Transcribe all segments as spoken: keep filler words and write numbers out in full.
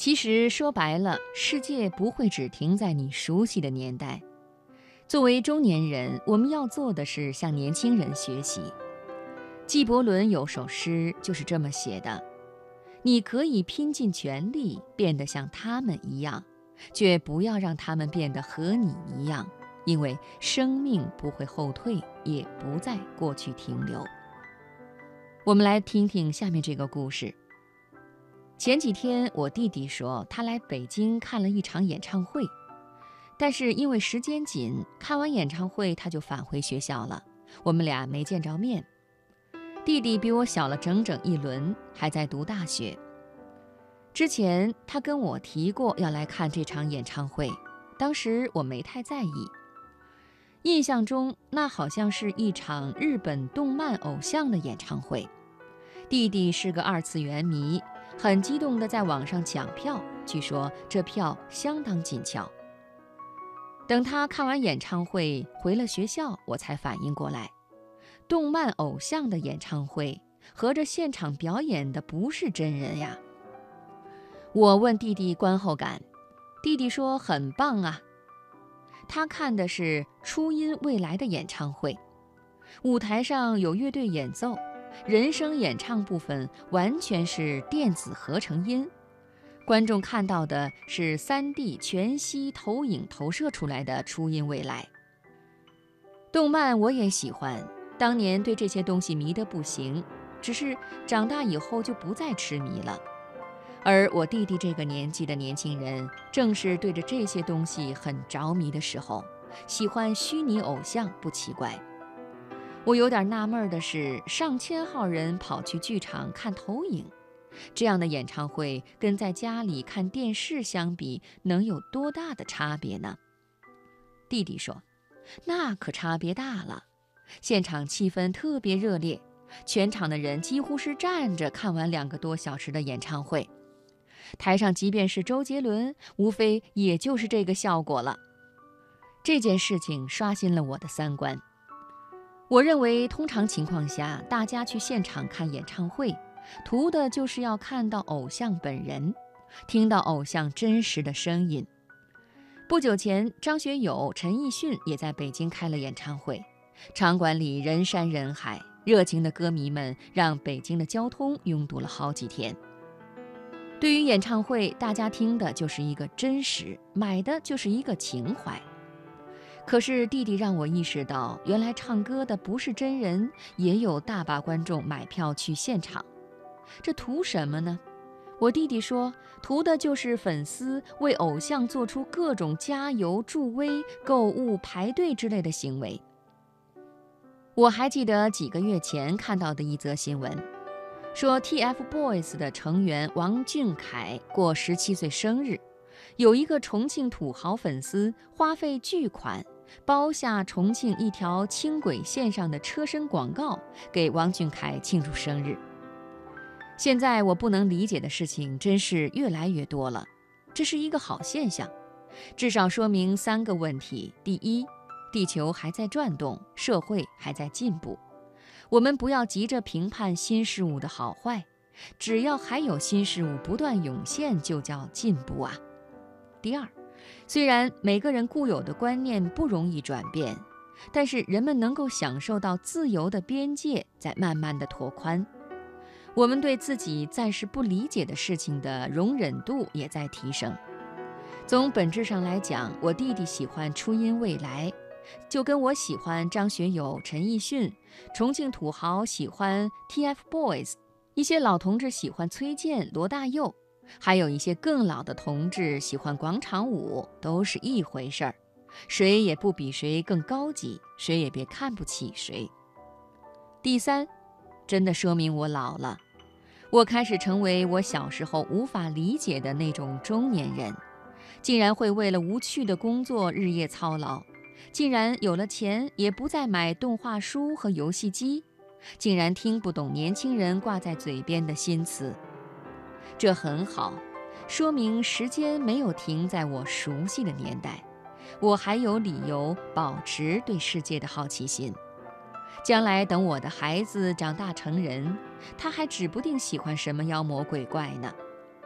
其实说白了，世界不会只停在你熟悉的年代。作为中年人，我们要做的是向年轻人学习。纪伯伦有首诗就是这么写的：你可以拼尽全力变得像他们一样，却不要让他们变得和你一样，因为生命不会后退，也不在过去停留。我们来听听下面这个故事。前几天我弟弟说他来北京看了一场演唱会，但是因为时间紧，看完演唱会他就返回学校了，我们俩没见着面。弟弟比我小了整整一轮，还在读大学。之前他跟我提过要来看这场演唱会，当时我没太在意。印象中那好像是一场日本动漫偶像的演唱会。弟弟是个二次元迷，很激动地在网上抢票，据说这票相当紧俏。等他看完演唱会回了学校，我才反应过来，动漫偶像的演唱会合着现场表演的不是真人呀。我问弟弟观后感，弟弟说很棒啊。他看的是初音未来的演唱会，舞台上有乐队演奏，人声演唱部分完全是电子合成音，观众看到的是 三 D 全息投影投射出来的初音未来。动漫我也喜欢，当年对这些东西迷得不行，只是长大以后就不再痴迷了。而我弟弟这个年纪的年轻人，正是对着这些东西很着迷的时候，喜欢虚拟偶像不奇怪。我有点纳闷的是，上千号人跑去剧场看投影，这样的演唱会跟在家里看电视相比，能有多大的差别呢？弟弟说，那可差别大了，现场气氛特别热烈，全场的人几乎是站着看完两个多小时的演唱会。台上即便是周杰伦，无非也就是这个效果了。这件事情刷新了我的三观。我认为通常情况下，大家去现场看演唱会，图的就是要看到偶像本人，听到偶像真实的声音。不久前，张学友、陈奕迅也在北京开了演唱会，场馆里人山人海，热情的歌迷们让北京的交通拥堵了好几天。对于演唱会，大家听的就是一个真实，买的就是一个情怀。可是弟弟让我意识到，原来唱歌的不是真人，也有大把观众买票去现场，这图什么呢？我弟弟说，图的就是粉丝为偶像做出各种加油、助威、购物、排队之类的行为。我还记得几个月前看到的一则新闻，说 T F Boys 的成员王俊凯过十七岁生日，有一个重庆土豪粉丝花费巨款包下重庆一条轻轨线上的车身广告，给王俊凯庆祝生日。现在我不能理解的事情真是越来越多了，这是一个好现象，至少说明三个问题：第一，地球还在转动，社会还在进步。我们不要急着评判新事物的好坏，只要还有新事物不断涌现，就叫进步啊。第二，虽然每个人固有的观念不容易转变，但是人们能够享受到自由的边界在慢慢的拓宽，我们对自己暂时不理解的事情的容忍度也在提升。从本质上来讲，我弟弟喜欢初音未来，就跟我喜欢张学友、陈奕迅，重庆土豪喜欢 T F Boys， 一些老同志喜欢崔健、罗大佑，还有一些更老的同志喜欢广场舞，都是一回事儿。谁也不比谁更高级，谁也别看不起谁。第三，真的说明我老了，我开始成为我小时候无法理解的那种中年人，竟然会为了无趣的工作日夜操劳，竟然有了钱也不再买动画书和游戏机，竟然听不懂年轻人挂在嘴边的新词。这很好，说明时间没有停在我熟悉的年代，我还有理由保持对世界的好奇心。将来等我的孩子长大成人，他还指不定喜欢什么妖魔鬼怪呢。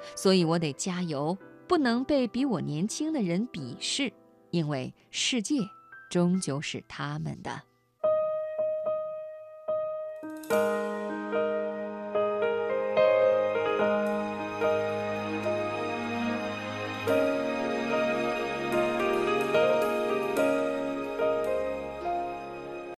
所以我得加油，不能被比我年轻的人鄙视，因为世界终究是他们的。